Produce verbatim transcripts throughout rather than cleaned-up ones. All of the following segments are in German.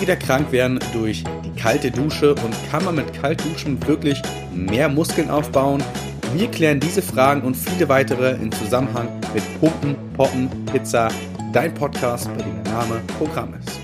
wieder krank werden durch die kalte Dusche und kann man mit Kaltduschen wirklich mehr Muskeln aufbauen? Wir klären diese Fragen und viele weitere in Zusammenhang mit Pumpen, Poppen, Pizza, dein Podcast, bei dem der Name Programm ist.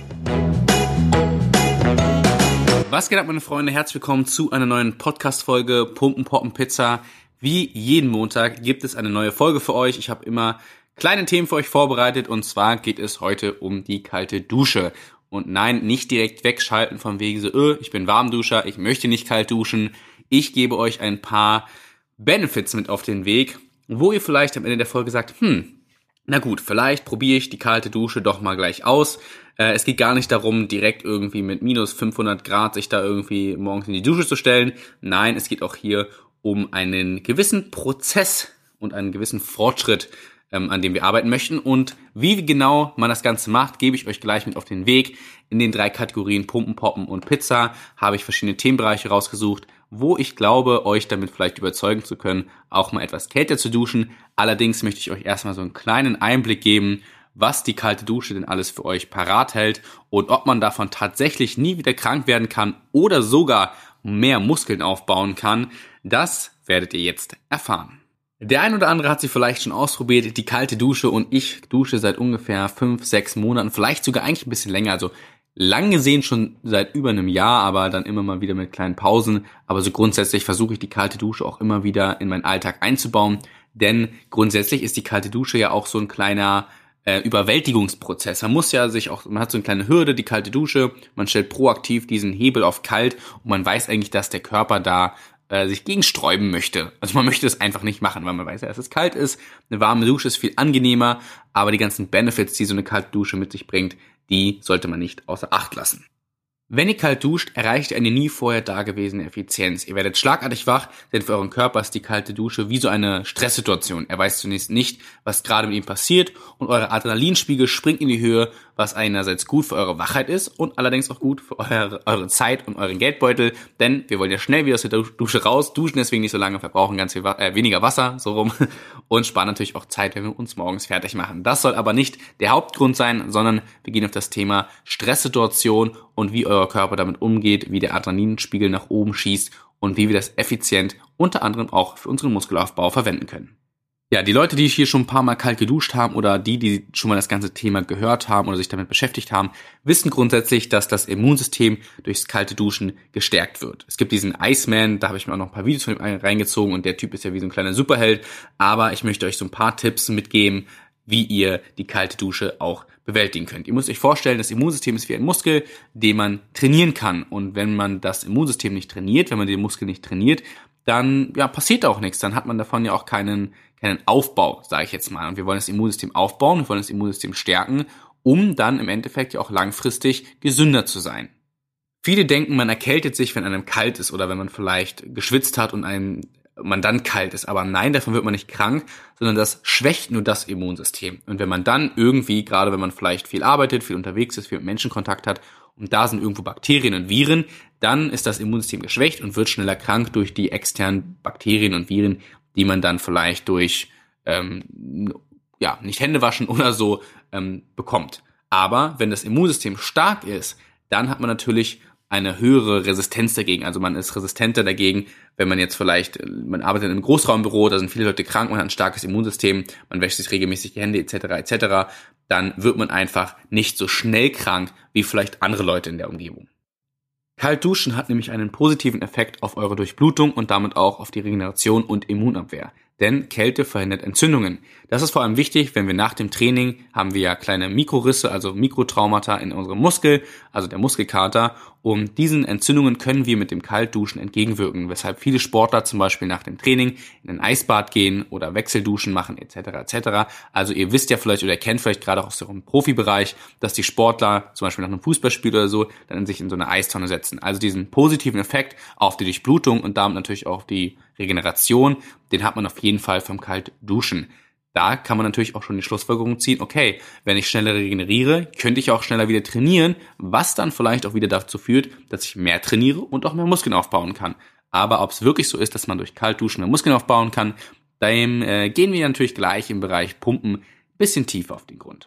Was geht ab, meine Freunde? Herzlich willkommen zu einer neuen Podcast-Folge Pumpen, Poppen, Pizza. Wie jeden Montag gibt es eine neue Folge für euch. Ich habe immer kleine Themen für euch vorbereitet und zwar geht es heute um die kalte Dusche. Und nein, nicht direkt wegschalten von wegen so, öh, ich bin Warmduscher, ich möchte nicht kalt duschen. Ich gebe euch ein paar Benefits mit auf den Weg, wo ihr vielleicht am Ende der Folge sagt, hm, na gut, vielleicht probiere ich die kalte Dusche doch mal gleich aus. Äh, es geht gar nicht darum, direkt irgendwie mit minus fünfhundert Grad sich da irgendwie morgens in die Dusche zu stellen. Nein, es geht auch hier um einen gewissen Prozess und einen gewissen Fortschritt, ähm, an dem wir arbeiten möchten. Und wie genau man das Ganze macht, gebe ich euch gleich mit auf den Weg. In den drei Kategorien Pumpen, Poppen und Pizza habe ich verschiedene Themenbereiche rausgesucht, wo ich glaube, euch damit vielleicht überzeugen zu können, auch mal etwas kälter zu duschen. Allerdings möchte ich euch erstmal so einen kleinen Einblick geben, was die kalte Dusche denn alles für euch parat hält und ob man davon tatsächlich nie wieder krank werden kann oder sogar mehr Muskeln aufbauen kann. Das werdet ihr jetzt erfahren. Der ein oder andere hat sie vielleicht schon ausprobiert, die kalte Dusche, und ich dusche seit ungefähr fünf, sechs Monaten, vielleicht sogar eigentlich ein bisschen länger, also lang gesehen schon seit über einem Jahr, aber dann immer mal wieder mit kleinen Pausen. Aber so grundsätzlich versuche ich die kalte Dusche auch immer wieder in meinen Alltag einzubauen, denn grundsätzlich ist die kalte Dusche ja auch so ein kleiner äh, Überwältigungsprozess. Man muss ja sich auch, man hat so eine kleine Hürde, die kalte Dusche, man stellt proaktiv diesen Hebel auf kalt und man weiß eigentlich, dass der Körper da sich gegen sträuben möchte. Also man möchte es einfach nicht machen, weil man weiß ja, dass es kalt ist. Eine warme Dusche ist viel angenehmer, aber die ganzen Benefits, die so eine kalte Dusche mit sich bringt, die sollte man nicht außer Acht lassen. Wenn ihr kalt duscht, erreicht ihr eine nie vorher dagewesene Effizienz. Ihr werdet schlagartig wach, denn für euren Körper ist die kalte Dusche wie so eine Stresssituation. Er weiß zunächst nicht, was gerade mit ihm passiert und euer Adrenalinspiegel springt in die Höhe, was einerseits gut für eure Wachheit ist und allerdings auch gut für eure, eure Zeit und euren Geldbeutel, denn wir wollen ja schnell wieder aus der Dusche raus, duschen deswegen nicht so lange, verbrauchen ganz viel äh, weniger Wasser, so rum, und sparen natürlich auch Zeit, wenn wir uns morgens fertig machen. Das soll aber nicht der Hauptgrund sein, sondern wir gehen auf das Thema Stresssituation und wie euer Körper damit umgeht, wie der Adrenalinspiegel nach oben schießt und wie wir das effizient unter anderem auch für unseren Muskelaufbau verwenden können. Ja, die Leute, die hier schon ein paar Mal kalt geduscht haben oder die, die schon mal das ganze Thema gehört haben oder sich damit beschäftigt haben, wissen grundsätzlich, dass das Immunsystem durchs kalte Duschen gestärkt wird. Es gibt diesen Iceman, da habe ich mir auch noch ein paar Videos von ihm reingezogen und der Typ ist ja wie so ein kleiner Superheld, aber ich möchte euch so ein paar Tipps mitgeben, wie ihr die kalte Dusche auch bewältigen könnt. Ihr müsst euch vorstellen, das Immunsystem ist wie ein Muskel, den man trainieren kann. Und wenn man das Immunsystem nicht trainiert, wenn man den Muskel nicht trainiert, dann ja, passiert auch nichts. Dann hat man davon ja auch keinen, keinen Aufbau, sage ich jetzt mal. Und wir wollen das Immunsystem aufbauen, wir wollen das Immunsystem stärken, um dann im Endeffekt ja auch langfristig gesünder zu sein. Viele denken, man erkältet sich, wenn einem kalt ist oder wenn man vielleicht geschwitzt hat und einem man dann kalt ist. Aber nein, davon wird man nicht krank, sondern das schwächt nur das Immunsystem. Und wenn man dann irgendwie, gerade wenn man vielleicht viel arbeitet, viel unterwegs ist, viel mit Menschen Kontakt hat und da sind irgendwo Bakterien und Viren, dann ist das Immunsystem geschwächt und wird schneller krank durch die externen Bakterien und Viren, die man dann vielleicht durch, ähm, ja, nicht Hände waschen oder so ähm, bekommt. Aber wenn das Immunsystem stark ist, dann hat man natürlich eine höhere Resistenz dagegen. Also man ist resistenter dagegen, wenn man jetzt vielleicht, man arbeitet in einem Großraumbüro, da sind viele Leute krank, man hat ein starkes Immunsystem, man wäscht sich regelmäßig die Hände et cetera et cetera, dann wird man einfach nicht so schnell krank wie vielleicht andere Leute in der Umgebung. Kalt duschen hat nämlich einen positiven Effekt auf eure Durchblutung und damit auch auf die Regeneration und Immunabwehr. Denn Kälte verhindert Entzündungen. Das ist vor allem wichtig, wenn wir nach dem Training haben wir ja kleine Mikrorisse, also Mikrotraumata in unserem Muskel, also der Muskelkater. Und diesen Entzündungen können wir mit dem Kaltduschen entgegenwirken, weshalb viele Sportler zum Beispiel nach dem Training in ein Eisbad gehen oder Wechselduschen machen et cetera et cetera. Also ihr wisst ja vielleicht oder kennt vielleicht gerade auch aus eurem Profibereich, dass die Sportler zum Beispiel nach einem Fußballspiel oder so dann sich in so eine Eistonne setzen. Also diesen positiven Effekt auf die Durchblutung und damit natürlich auch auf die Regeneration, den hat man auf jeden Fall vom Kaltduschen. Da kann man natürlich auch schon die Schlussfolgerung ziehen, okay, wenn ich schneller regeneriere, könnte ich auch schneller wieder trainieren, was dann vielleicht auch wieder dazu führt, dass ich mehr trainiere und auch mehr Muskeln aufbauen kann. Aber ob es wirklich so ist, dass man durch Kaltduschen mehr Muskeln aufbauen kann, dem äh, gehen wir natürlich gleich im Bereich Pumpen ein bisschen tiefer auf den Grund.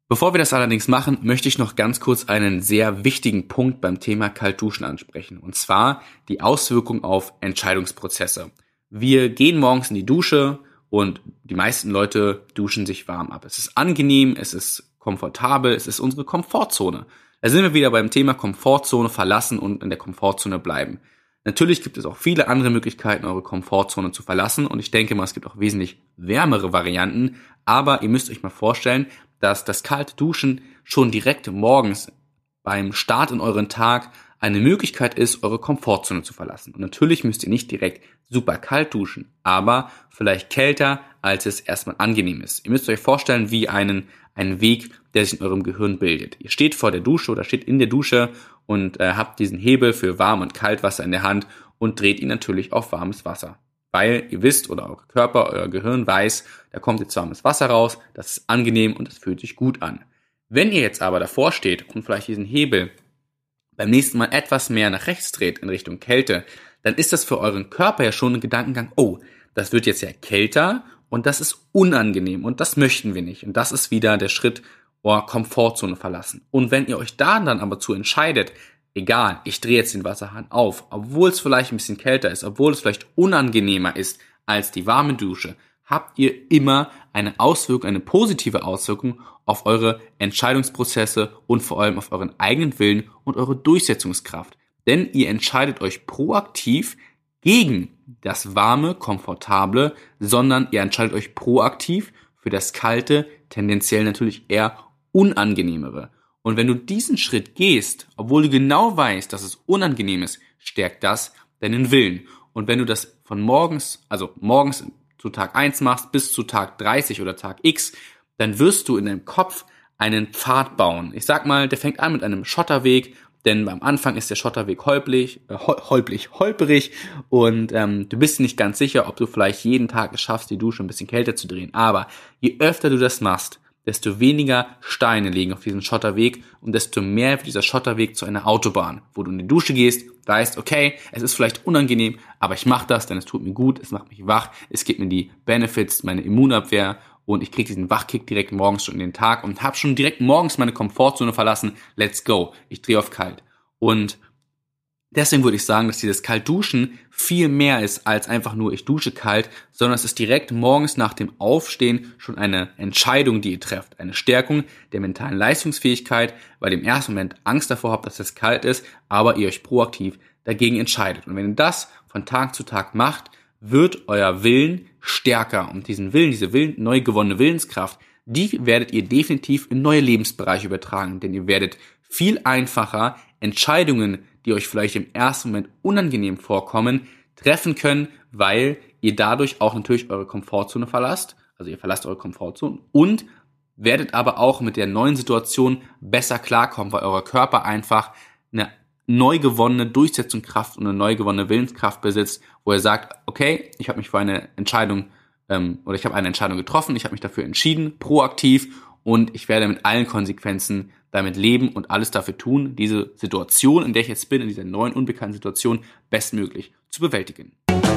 Bevor wir das allerdings machen, möchte ich noch ganz kurz einen sehr wichtigen Punkt beim Thema Kaltduschen ansprechen. Und zwar die Auswirkung auf Entscheidungsprozesse. Wir gehen morgens in die Dusche und die meisten Leute duschen sich warm ab. Es ist angenehm, es ist komfortabel, es ist unsere Komfortzone. Da sind wir wieder beim Thema Komfortzone verlassen und in der Komfortzone bleiben. Natürlich gibt es auch viele andere Möglichkeiten, eure Komfortzone zu verlassen. Und ich denke mal, es gibt auch wesentlich wärmere Varianten. Aber ihr müsst euch mal vorstellen, dass das kalte Duschen schon direkt morgens beim Start in euren Tag eine Möglichkeit ist, eure Komfortzone zu verlassen. Und natürlich müsst ihr nicht direkt super kalt duschen, aber vielleicht kälter, als es erstmal angenehm ist. Ihr müsst euch vorstellen, wie einen, einen Weg, der sich in eurem Gehirn bildet. Ihr steht vor der Dusche oder steht in der Dusche und äh, habt diesen Hebel für Warm- und Kaltwasser in der Hand und dreht ihn natürlich auf warmes Wasser. Weil ihr wisst oder euer Körper, euer Gehirn weiß, da kommt jetzt warmes Wasser raus, das ist angenehm und das fühlt sich gut an. Wenn ihr jetzt aber davor steht und vielleicht diesen Hebel beim nächsten Mal etwas mehr nach rechts dreht in Richtung Kälte, dann ist das für euren Körper ja schon ein Gedankengang, oh, das wird jetzt ja kälter und das ist unangenehm und das möchten wir nicht. Und das ist wieder der Schritt, oh, Komfortzone verlassen. Und wenn ihr euch da dann aber zu entscheidet, egal, ich drehe jetzt den Wasserhahn auf, obwohl es vielleicht ein bisschen kälter ist, obwohl es vielleicht unangenehmer ist als die warme Dusche, habt ihr immer eine Auswirkung, eine positive Auswirkung auf eure Entscheidungsprozesse und vor allem auf euren eigenen Willen und eure Durchsetzungskraft. Denn ihr entscheidet euch proaktiv gegen das warme, komfortable, sondern ihr entscheidet euch proaktiv für das kalte, tendenziell natürlich eher unangenehmere. Und wenn du diesen Schritt gehst, obwohl du genau weißt, dass es unangenehm ist, stärkt das deinen Willen. Und wenn du das von morgens, also morgens zu Tag eins machst bis zu Tag dreißig oder Tag X, dann wirst du in deinem Kopf einen Pfad bauen. Ich sag mal, der fängt an mit einem Schotterweg, denn am Anfang ist der Schotterweg holprig, äh, holprig, holperig und ähm, du bist nicht ganz sicher, ob du vielleicht jeden Tag es schaffst, die Dusche ein bisschen kälter zu drehen. Aber je öfter du das machst, desto weniger Steine liegen auf diesem Schotterweg und desto mehr wird dieser Schotterweg zu einer Autobahn, wo du in die Dusche gehst, weißt, okay, es ist vielleicht unangenehm, aber ich mache das, denn es tut mir gut, es macht mich wach, es gibt mir die Benefits, meine Immunabwehr und ich kriege diesen Wachkick direkt morgens schon in den Tag und habe schon direkt morgens meine Komfortzone verlassen. Let's go, ich drehe auf kalt. Und deswegen würde ich sagen, dass dieses Kaltduschen viel mehr ist als einfach nur ich dusche kalt, sondern es ist direkt morgens nach dem Aufstehen schon eine Entscheidung, die ihr trefft. Eine Stärkung der mentalen Leistungsfähigkeit, weil ihr im ersten Moment Angst davor habt, dass es kalt ist, aber ihr euch proaktiv dagegen entscheidet. Und wenn ihr das von Tag zu Tag macht, wird euer Willen stärker. Und diesen Willen, diese Willen, neu gewonnene Willenskraft, die werdet ihr definitiv in neue Lebensbereiche übertragen. Denn ihr werdet viel einfacher Entscheidungen, die euch vielleicht im ersten Moment unangenehm vorkommen, treffen können, weil ihr dadurch auch natürlich eure Komfortzone verlasst. Also ihr verlasst eure Komfortzone und werdet aber auch mit der neuen Situation besser klarkommen, weil euer Körper einfach eine neu gewonnene Durchsetzungskraft und eine neu gewonnene Willenskraft besitzt, wo er sagt, okay, ich habe mich für eine Entscheidung ähm, oder ich habe eine Entscheidung getroffen, ich habe mich dafür entschieden, proaktiv und ich werde mit allen Konsequenzen damit leben und alles dafür tun, diese Situation, in der ich jetzt bin, in dieser neuen, unbekannten Situation, bestmöglich zu bewältigen.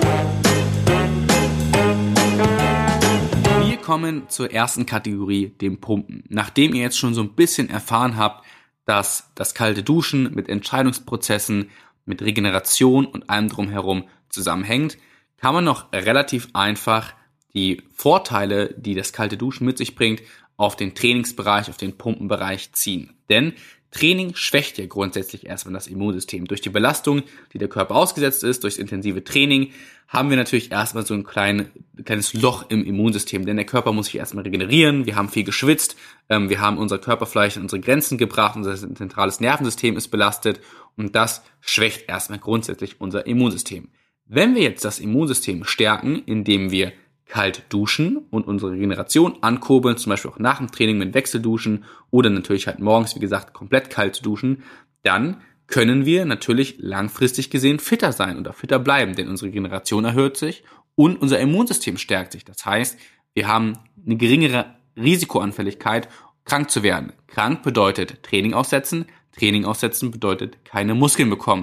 Wir kommen zur ersten Kategorie, dem Pumpen. Nachdem ihr jetzt schon so ein bisschen erfahren habt, dass das kalte Duschen mit Entscheidungsprozessen, mit Regeneration und allem drumherum zusammenhängt, kann man noch relativ einfach die Vorteile, die das kalte Duschen mit sich bringt, auf den Trainingsbereich, auf den Pumpenbereich ziehen. Denn Training schwächt ja grundsätzlich erstmal das Immunsystem. Durch die Belastung, die der Körper ausgesetzt ist, durch das intensive Training, haben wir natürlich erstmal so ein klein, kleines Loch im Immunsystem. Denn der Körper muss sich erstmal regenerieren, wir haben viel geschwitzt, ähm, wir haben unser Körper vielleicht an unsere Grenzen gebracht, unser zentrales Nervensystem ist belastet und das schwächt erstmal grundsätzlich unser Immunsystem. Wenn wir jetzt das Immunsystem stärken, indem wir kalt duschen und unsere Regeneration ankurbeln, zum Beispiel auch nach dem Training mit Wechselduschen oder natürlich halt morgens, wie gesagt, komplett kalt zu duschen, dann können wir natürlich langfristig gesehen fitter sein oder fitter bleiben, denn unsere Regeneration erhöht sich und unser Immunsystem stärkt sich. Das heißt, wir haben eine geringere Risikoanfälligkeit, krank zu werden. Krank bedeutet Training aussetzen, Training aussetzen bedeutet keine Muskeln bekommen.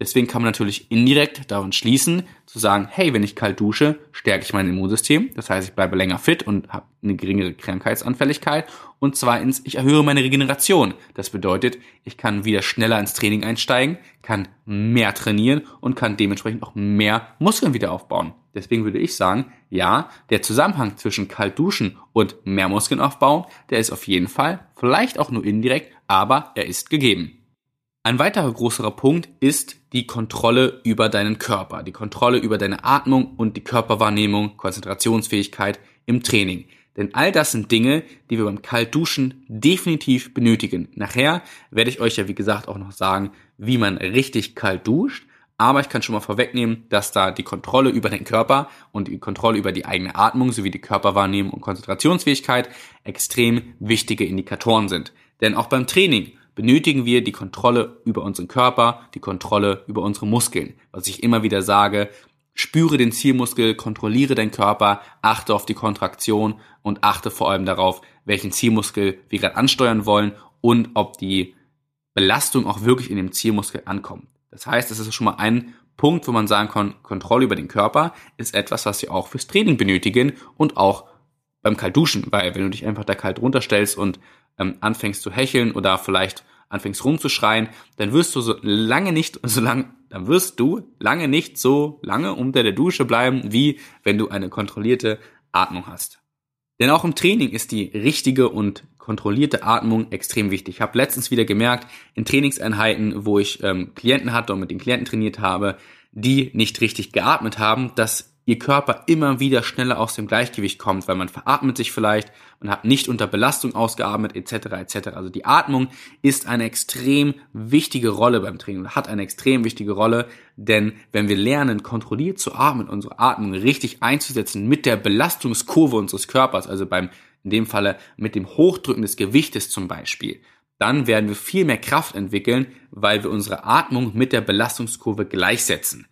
Deswegen kann man natürlich indirekt daran schließen, zu sagen, hey, wenn ich kalt dusche, stärke ich mein Immunsystem. Das heißt, ich bleibe länger fit und habe eine geringere Krankheitsanfälligkeit. Und zweitens, ich erhöhe meine Regeneration. Das bedeutet, ich kann wieder schneller ins Training einsteigen, kann mehr trainieren und kann dementsprechend auch mehr Muskeln wieder aufbauen. Deswegen würde ich sagen, ja, der Zusammenhang zwischen kalt duschen und mehr Muskeln aufbauen, der ist auf jeden Fall, vielleicht auch nur indirekt, aber er ist gegeben. Ein weiterer größerer Punkt ist die Kontrolle über deinen Körper, die Kontrolle über deine Atmung und die Körperwahrnehmung, Konzentrationsfähigkeit im Training. Denn all das sind Dinge, die wir beim Kaltduschen definitiv benötigen. Nachher werde ich euch ja, wie gesagt, auch noch sagen, wie man richtig kalt duscht. Aber ich kann schon mal vorwegnehmen, dass da die Kontrolle über den Körper und die Kontrolle über die eigene Atmung sowie die Körperwahrnehmung und Konzentrationsfähigkeit extrem wichtige Indikatoren sind. Denn auch beim Training benötigen wir die Kontrolle über unseren Körper, die Kontrolle über unsere Muskeln. Was ich immer wieder sage, spüre den Zielmuskel, kontrolliere deinen Körper, achte auf die Kontraktion und achte vor allem darauf, welchen Zielmuskel wir gerade ansteuern wollen und ob die Belastung auch wirklich in dem Zielmuskel ankommt. Das heißt, das ist schon mal ein Punkt, wo man sagen kann, Kontrolle über den Körper ist etwas, was wir auch fürs Training benötigen und auch beim Kaltduschen, weil wenn du dich einfach da kalt runterstellst und ähm, anfängst zu hecheln oder vielleicht anfängst rumzuschreien, dann wirst du so lange nicht, so lange, dann wirst du lange nicht so lange unter der Dusche bleiben, wie wenn du eine kontrollierte Atmung hast. Denn auch im Training ist die richtige und kontrollierte Atmung extrem wichtig. Ich habe letztens wieder gemerkt, in Trainingseinheiten, wo ich ähm, Klienten hatte und mit den Klienten trainiert habe, die nicht richtig geatmet haben, dass ihr Körper immer wieder schneller aus dem Gleichgewicht kommt, weil man veratmet sich vielleicht, man hat nicht unter Belastung ausgeatmet, et cetera et cetera. Also die Atmung ist eine extrem wichtige Rolle beim Training, hat eine extrem wichtige Rolle, denn wenn wir lernen, kontrolliert zu atmen, unsere Atmung richtig einzusetzen mit der Belastungskurve unseres Körpers, also beim, in dem Falle mit dem Hochdrücken des Gewichtes zum Beispiel, dann werden wir viel mehr Kraft entwickeln, weil wir unsere Atmung mit der Belastungskurve gleichsetzen.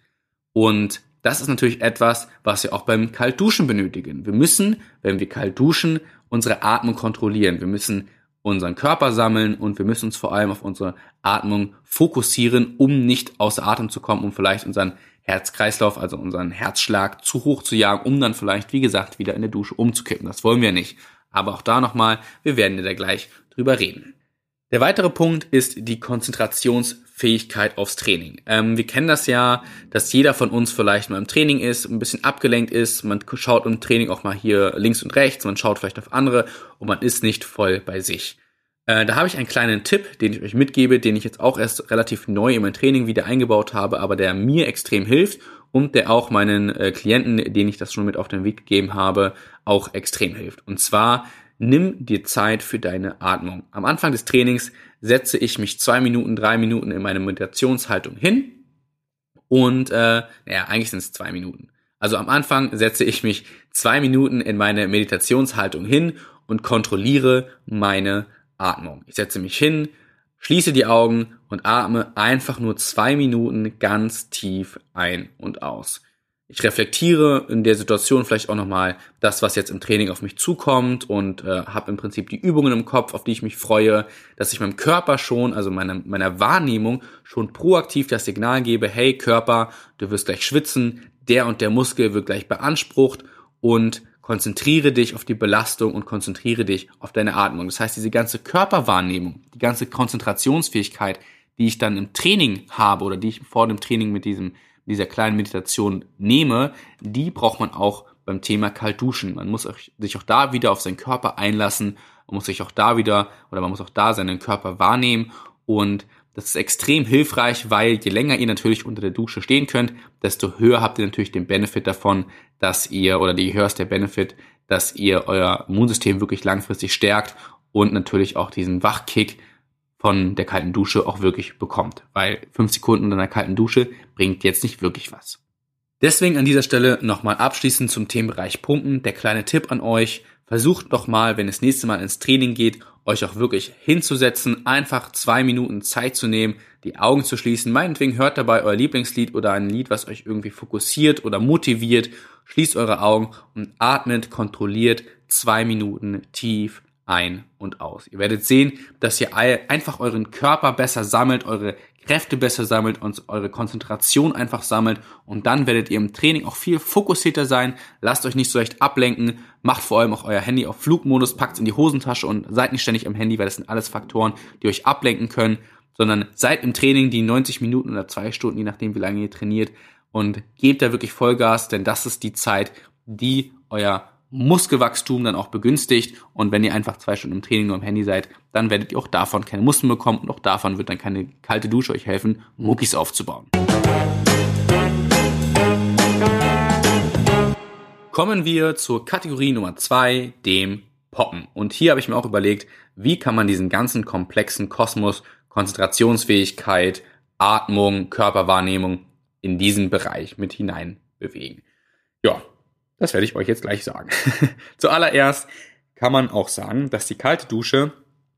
Und das ist natürlich etwas, was wir auch beim Kaltduschen benötigen. Wir müssen, wenn wir kalt duschen, unsere Atmung kontrollieren. Wir müssen unseren Körper sammeln und wir müssen uns vor allem auf unsere Atmung fokussieren, um nicht außer Atem zu kommen, um vielleicht unseren Herzkreislauf, also unseren Herzschlag zu hoch zu jagen, um dann vielleicht, wie gesagt, wieder in der Dusche umzukippen. Das wollen wir nicht. Aber auch da nochmal, wir werden ja da gleich drüber reden. Der weitere Punkt ist die Konzentrationsfähigkeit aufs Training. Ähm, wir kennen das ja, dass jeder von uns vielleicht mal im Training ist, ein bisschen abgelenkt ist. Man schaut im Training auch mal hier links und rechts, man schaut vielleicht auf andere und man ist nicht voll bei sich. Äh, da habe ich einen kleinen Tipp, den ich euch mitgebe, den ich jetzt auch erst relativ neu in mein Training wieder eingebaut habe, aber der mir extrem hilft und der auch meinen äh, Klienten, denen ich das schon mit auf den Weg gegeben habe, auch extrem hilft. Und zwar: Nimm dir Zeit für deine Atmung. Am Anfang des Trainings setze ich mich zwei Minuten, drei Minuten in meine Meditationshaltung hin und, äh, naja, eigentlich sind es zwei Minuten. Also am Anfang setze ich mich zwei Minuten in meine Meditationshaltung hin und kontrolliere meine Atmung. Ich setze mich hin, schließe die Augen und atme einfach nur zwei Minuten ganz tief ein und aus. Ich reflektiere in der Situation vielleicht auch nochmal das, was jetzt im Training auf mich zukommt und äh, habe im Prinzip die Übungen im Kopf, auf die ich mich freue, dass ich meinem Körper schon, also meiner, meiner Wahrnehmung schon proaktiv das Signal gebe: Hey Körper, du wirst gleich schwitzen, der und der Muskel wird gleich beansprucht und konzentriere dich auf die Belastung und konzentriere dich auf deine Atmung. Das heißt, diese ganze Körperwahrnehmung, die ganze Konzentrationsfähigkeit, die ich dann im Training habe oder die ich vor dem Training mit diesem dieser kleinen Meditation nehme, die braucht man auch beim Thema Kaltduschen. Man muss sich auch da wieder auf seinen Körper einlassen, man muss sich auch da wieder oder man muss auch da seinen Körper wahrnehmen und das ist extrem hilfreich, weil je länger ihr natürlich unter der Dusche stehen könnt, desto höher habt ihr natürlich den Benefit davon, dass ihr oder je höher ist der Benefit, dass ihr euer Immunsystem wirklich langfristig stärkt und natürlich auch diesen Wachkick von der kalten Dusche auch wirklich bekommt, weil fünf Sekunden in einer kalten Dusche bringt jetzt nicht wirklich was. Deswegen an dieser Stelle nochmal abschließend zum Themenbereich Pumpen, der kleine Tipp an euch: Versucht doch mal, wenn es das nächste Mal ins Training geht, euch auch wirklich hinzusetzen, einfach zwei Minuten Zeit zu nehmen, die Augen zu schließen, meinetwegen hört dabei euer Lieblingslied oder ein Lied, was euch irgendwie fokussiert oder motiviert, schließt eure Augen und atmet kontrolliert zwei Minuten tief ein und aus. Ihr werdet sehen, dass ihr einfach euren Körper besser sammelt, eure Kräfte besser sammelt und eure Konzentration einfach sammelt und dann werdet ihr im Training auch viel fokussierter sein, lasst euch nicht so leicht ablenken, macht vor allem auch euer Handy auf Flugmodus, packt es in die Hosentasche und seid nicht ständig am Handy, weil das sind alles Faktoren, die euch ablenken können, sondern seid im Training die neunzig Minuten oder zwei Stunden, je nachdem wie lange ihr trainiert und gebt da wirklich Vollgas, denn das ist die Zeit, die euer Muskelwachstum dann auch begünstigt und wenn ihr einfach zwei Stunden im Training nur am Handy seid, dann werdet ihr auch davon keine Muskeln bekommen und auch davon wird dann keine kalte Dusche euch helfen, Muckis aufzubauen. Kommen wir zur Kategorie Nummer zwei, dem Poppen. Und hier habe ich mir auch überlegt, wie kann man diesen ganzen komplexen Kosmos, Konzentrationsfähigkeit, Atmung, Körperwahrnehmung in diesen Bereich mit hinein bewegen. Ja, das werde ich euch jetzt gleich sagen. Zuallererst kann man auch sagen, dass die kalte Dusche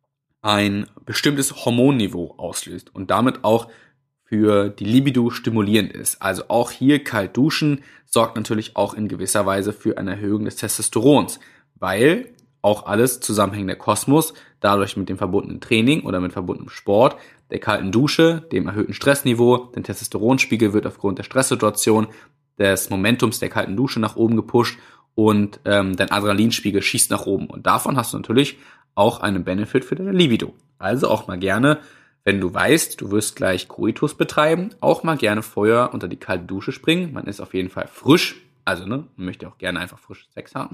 ein bestimmtes Hormonniveau auslöst und damit auch für die Libido stimulierend ist. Also auch hier kalt duschen sorgt natürlich auch in gewisser Weise für eine Erhöhung des Testosterons, weil auch alles zusammenhängende Kosmos, dadurch mit dem verbundenen Training oder mit verbundenem Sport, der kalten Dusche, dem erhöhten Stressniveau, der Testosteronspiegel wird aufgrund der Stresssituation des Momentums der kalten Dusche nach oben gepusht und ähm, dein Adrenalinspiegel schießt nach oben. Und davon hast du natürlich auch einen Benefit für deine Libido. Also auch mal gerne, wenn du weißt, du wirst gleich Koitus betreiben, auch mal gerne vorher unter die kalte Dusche springen. Man ist auf jeden Fall frisch, also ne, man möchte auch gerne einfach frischen Sex haben.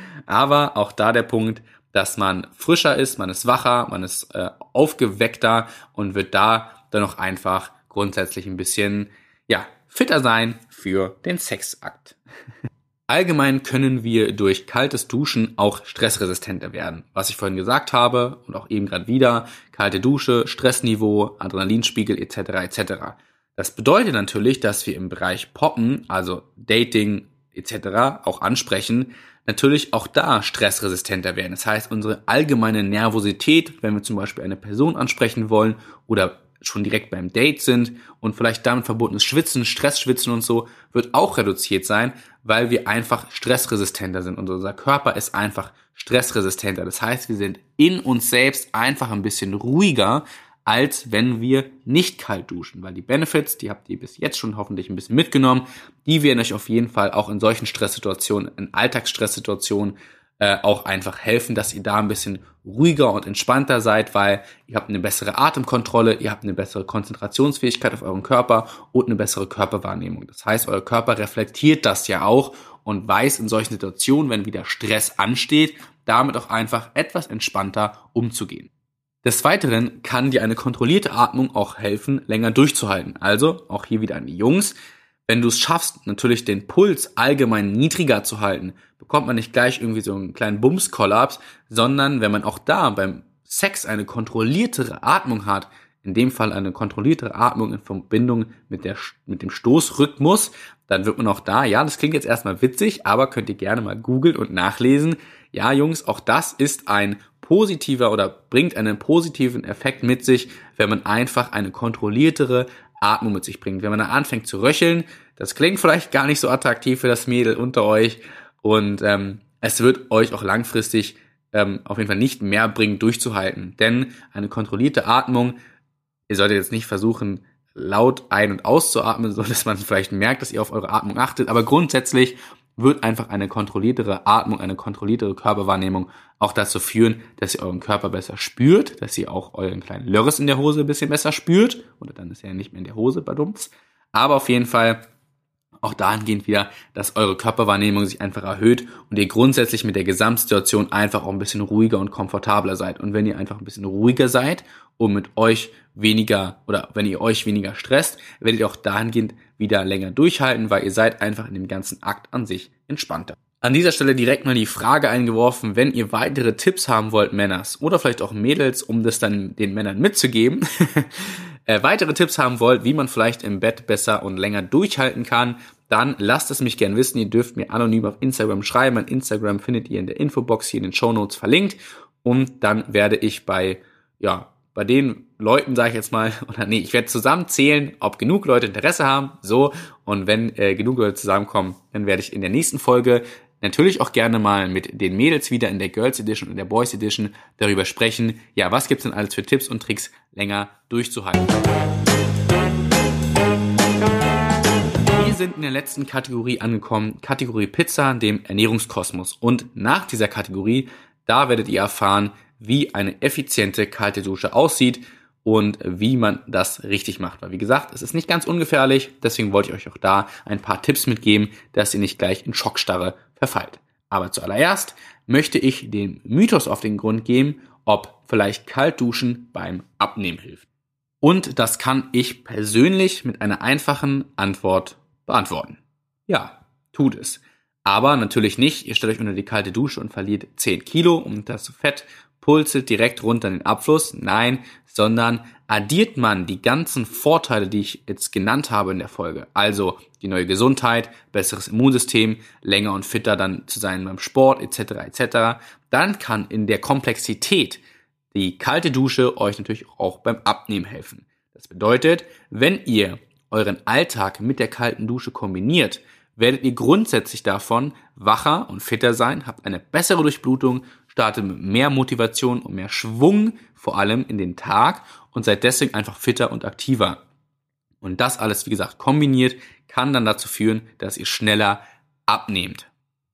Aber auch da der Punkt, dass man frischer ist, man ist wacher, man ist äh, aufgeweckter und wird da dann auch einfach grundsätzlich ein bisschen, ja, fitter sein für den Sexakt. Allgemein können wir durch kaltes Duschen auch stressresistenter werden. Was ich vorhin gesagt habe und auch eben gerade wieder, kalte Dusche, Stressniveau, Adrenalinspiegel et cetera et cetera. Das bedeutet natürlich, dass wir im Bereich Poppen, also Dating et cetera auch ansprechen, natürlich auch da stressresistenter werden. Das heißt, unsere allgemeine Nervosität, wenn wir zum Beispiel eine Person ansprechen wollen oder schon direkt beim Date sind und vielleicht damit verbundenes Schwitzen, Stressschwitzen und so, wird auch reduziert sein, weil wir einfach stressresistenter sind und unser Körper ist einfach stressresistenter. Das heißt, wir sind in uns selbst einfach ein bisschen ruhiger, als wenn wir nicht kalt duschen, weil die Benefits, die habt ihr bis jetzt schon hoffentlich ein bisschen mitgenommen, die werden euch auf jeden Fall auch in solchen Stresssituationen, in Alltagsstresssituationen Äh, auch einfach helfen, dass ihr da ein bisschen ruhiger und entspannter seid, weil ihr habt eine bessere Atemkontrolle, ihr habt eine bessere Konzentrationsfähigkeit auf euren Körper und eine bessere Körperwahrnehmung. Das heißt, euer Körper reflektiert das ja auch und weiß in solchen Situationen, wenn wieder Stress ansteht, damit auch einfach etwas entspannter umzugehen. Des Weiteren kann dir eine kontrollierte Atmung auch helfen, länger durchzuhalten. Also, auch hier wieder an die Jungs, wenn du es schaffst, natürlich den Puls allgemein niedriger zu halten, bekommt man nicht gleich irgendwie so einen kleinen Bumskollaps, sondern wenn man auch da beim Sex eine kontrolliertere Atmung hat, in dem Fall eine kontrolliertere Atmung in Verbindung mit der mit dem Stoßrhythmus, dann wird man auch da, ja, das klingt jetzt erstmal witzig, aber könnt ihr gerne mal googeln und nachlesen. Ja, Jungs, auch das ist ein positiver oder bringt einen positiven Effekt mit sich, wenn man einfach eine kontrolliertere Atmung mit sich bringt. Wenn man dann anfängt zu röcheln, das klingt vielleicht gar nicht so attraktiv für das Mädel unter euch und ähm, es wird euch auch langfristig ähm, auf jeden Fall nicht mehr bringen, durchzuhalten. Denn eine kontrollierte Atmung, ihr solltet jetzt nicht versuchen, laut ein- und auszuatmen, so dass man vielleicht merkt, dass ihr auf eure Atmung achtet, aber grundsätzlich wird einfach eine kontrolliertere Atmung, eine kontrolliertere Körperwahrnehmung auch dazu führen, dass ihr euren Körper besser spürt, dass ihr auch euren kleinen Lörres in der Hose ein bisschen besser spürt, oder dann ist er ja nicht mehr in der Hose, badumts. Aber auf jeden Fall auch dahingehend wieder, dass eure Körperwahrnehmung sich einfach erhöht und ihr grundsätzlich mit der Gesamtsituation einfach auch ein bisschen ruhiger und komfortabler seid. Und wenn ihr einfach ein bisschen ruhiger seid und mit euch weniger, oder wenn ihr euch weniger stresst, werdet ihr auch dahingehend wieder länger durchhalten, weil ihr seid einfach in dem ganzen Akt an sich entspannter. An dieser Stelle direkt mal die Frage eingeworfen, wenn ihr weitere Tipps haben wollt, Männers, oder vielleicht auch Mädels, um das dann den Männern mitzugeben, äh, weitere Tipps haben wollt, wie man vielleicht im Bett besser und länger durchhalten kann, dann lasst es mich gern wissen. Ihr dürft mir anonym auf Instagram schreiben. Mein Instagram findet ihr in der Infobox hier in den Shownotes verlinkt. Und dann werde ich bei, ja, bei den Leuten, sage ich jetzt mal, oder nee, ich werde zusammenzählen, ob genug Leute Interesse haben, so. Und wenn äh, genug Leute zusammenkommen, dann werde ich in der nächsten Folge natürlich auch gerne mal mit den Mädels wieder in der Girls Edition und der Boys Edition darüber sprechen, ja, was gibt's denn alles für Tipps und Tricks, länger durchzuhalten. sind in der letzten Kategorie angekommen, Kategorie Pizza, dem Ernährungskosmos. Und nach dieser Kategorie, da werdet ihr erfahren, wie eine effiziente kalte Dusche aussieht und wie man das richtig macht. Weil wie gesagt, es ist nicht ganz ungefährlich, deswegen wollte ich euch auch da ein paar Tipps mitgeben, dass ihr nicht gleich in Schockstarre verfallt. Aber zuallererst möchte ich den Mythos auf den Grund geben, ob vielleicht Kaltduschen beim Abnehmen hilft. Und das kann ich persönlich mit einer einfachen Antwort beantworten. Ja, tut es. Aber natürlich nicht, ihr stellt euch unter die kalte Dusche und verliert zehn Kilo und das Fett pulselt direkt runter in den Abfluss. Nein, sondern addiert man die ganzen Vorteile, die ich jetzt genannt habe in der Folge, also die neue Gesundheit, besseres Immunsystem, länger und fitter dann zu sein beim Sport et cetera et cetera, dann kann in der Komplexität die kalte Dusche euch natürlich auch beim Abnehmen helfen. Das bedeutet, wenn ihr euren Alltag mit der kalten Dusche kombiniert, werdet ihr grundsätzlich davon wacher und fitter sein, habt eine bessere Durchblutung, startet mit mehr Motivation und mehr Schwung, vor allem in den Tag, und seid deswegen einfach fitter und aktiver. Und das alles, wie gesagt, kombiniert, kann dann dazu führen, dass ihr schneller abnehmt.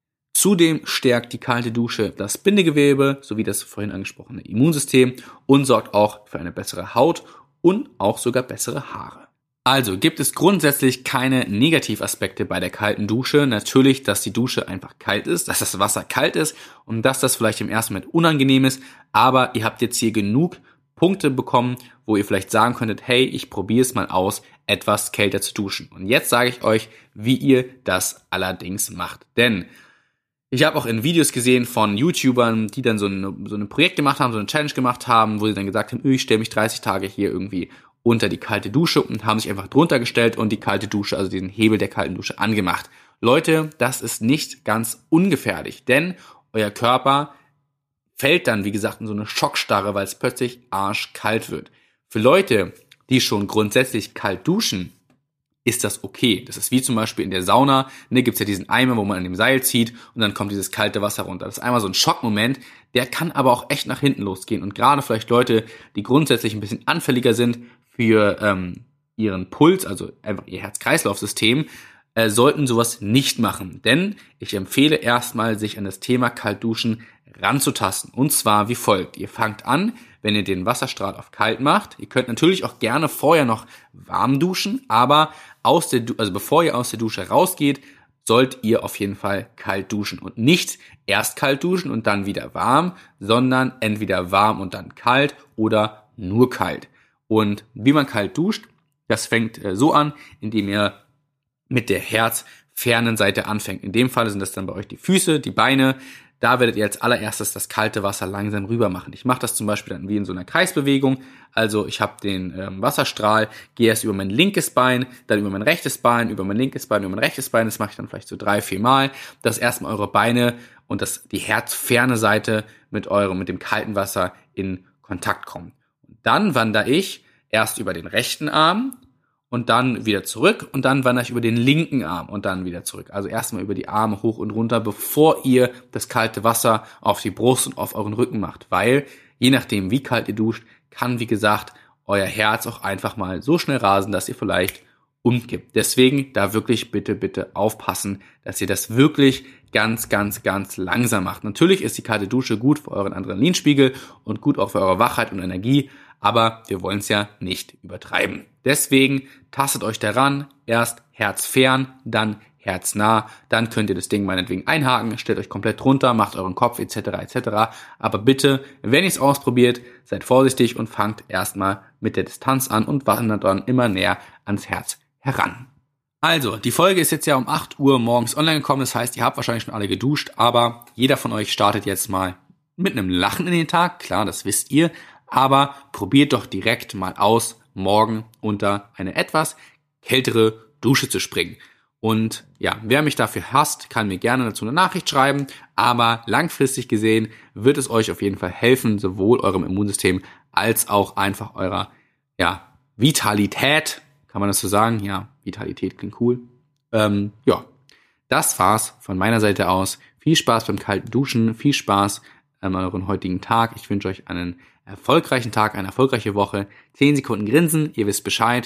Zudem stärkt die kalte Dusche das Bindegewebe sowie das vorhin angesprochene Immunsystem und sorgt auch für eine bessere Haut und auch sogar bessere Haare. Also gibt es grundsätzlich keine Negativaspekte bei der kalten Dusche. Natürlich, dass die Dusche einfach kalt ist, dass das Wasser kalt ist und dass das vielleicht im ersten Moment unangenehm ist. Aber ihr habt jetzt hier genug Punkte bekommen, wo ihr vielleicht sagen könntet, hey, ich probiere es mal aus, etwas kälter zu duschen. Und jetzt sage ich euch, wie ihr das allerdings macht. Denn ich habe auch in Videos gesehen von YouTubern, die dann so eine, so ein Projekt gemacht haben, so eine Challenge gemacht haben, wo sie dann gesagt haben, ich stelle mich dreißig Tage hier irgendwie unter die kalte Dusche und haben sich einfach drunter gestellt und die kalte Dusche, also diesen Hebel der kalten Dusche angemacht. Leute, das ist nicht ganz ungefährlich, denn euer Körper fällt dann, wie gesagt, in so eine Schockstarre, weil es plötzlich arschkalt wird. Für Leute, die schon grundsätzlich kalt duschen, ist das okay. Das ist wie zum Beispiel in der Sauna, ne, gibt's ja diesen Eimer, wo man an dem Seil zieht und dann kommt dieses kalte Wasser runter. Das ist einmal so ein Schockmoment, der kann aber auch echt nach hinten losgehen. Und gerade vielleicht Leute, die grundsätzlich ein bisschen anfälliger sind für ähm, ihren Puls, also einfach ihr Herz-Kreislauf-System, äh, sollten sowas nicht machen. Denn ich empfehle erstmal, sich an das Thema Kaltduschen ranzutasten. Und zwar wie folgt. Ihr fangt an, wenn ihr den Wasserstrahl auf kalt macht. Ihr könnt natürlich auch gerne vorher noch warm duschen, aber aus der, also bevor ihr aus der Dusche rausgeht, sollt ihr auf jeden Fall kalt duschen und nicht erst kalt duschen und dann wieder warm, sondern entweder warm und dann kalt oder nur kalt. Und wie man kalt duscht, das fängt äh, so an, indem ihr mit der herzfernen Seite anfängt. In dem Fall sind das dann bei euch die Füße, die Beine. Da werdet ihr als allererstes das kalte Wasser langsam rüber machen. Ich mache das zum Beispiel dann wie in so einer Kreisbewegung. Also ich habe den ähm, Wasserstrahl, gehe erst über mein linkes Bein, dann über mein rechtes Bein, über mein linkes Bein, über mein rechtes Bein. Das mache ich dann vielleicht so drei, vier Mal, dass erstmal eure Beine und das die herzferne Seite mit eurem, mit dem kalten Wasser in Kontakt kommen. Und dann wandere ich erst über den rechten Arm und dann wieder zurück und dann wandere ich über den linken Arm und dann wieder zurück. Also erstmal über die Arme hoch und runter, bevor ihr das kalte Wasser auf die Brust und auf euren Rücken macht. Weil, je nachdem wie kalt ihr duscht, kann, wie gesagt, euer Herz auch einfach mal so schnell rasen, dass ihr vielleicht umkippt. Deswegen da wirklich bitte, bitte aufpassen, dass ihr das wirklich ganz, ganz, ganz langsam macht. Natürlich ist die kalte Dusche gut für euren Adrenalinspiegel und gut auch für eure Wachheit und Energie, aber wir wollen es ja nicht übertreiben. Deswegen tastet euch daran, erst herzfern, dann herznah, dann könnt ihr das Ding meinetwegen einhaken, stellt euch komplett runter, macht euren Kopf et cetera et cetera. Aber bitte, wenn ihr es ausprobiert, seid vorsichtig und fangt erstmal mit der Distanz an und wandert dann immer näher ans Herz heran. Also, die Folge ist jetzt ja um acht Uhr morgens online gekommen, das heißt, ihr habt wahrscheinlich schon alle geduscht, aber jeder von euch startet jetzt mal mit einem Lachen in den Tag, klar, das wisst ihr, aber probiert doch direkt mal aus, morgen unter eine etwas kältere Dusche zu springen. Und ja, wer mich dafür hasst, kann mir gerne dazu eine Nachricht schreiben, aber langfristig gesehen wird es euch auf jeden Fall helfen, sowohl eurem Immunsystem als auch einfach eurer ja, Vitalität, kann man das so sagen? Ja, Vitalität klingt cool. Ähm, ja, das war's von meiner Seite aus. Viel Spaß beim kalten Duschen, viel Spaß an eurem heutigen Tag. Ich wünsche euch einen erfolgreichen Tag, eine erfolgreiche Woche. Zehn Sekunden grinsen, ihr wisst Bescheid.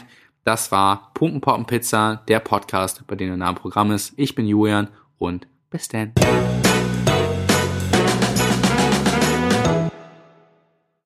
Das war Pumpen Poppen Pizza, der Podcast, bei dem der Name Programm ist. Ich bin Julian und bis dann.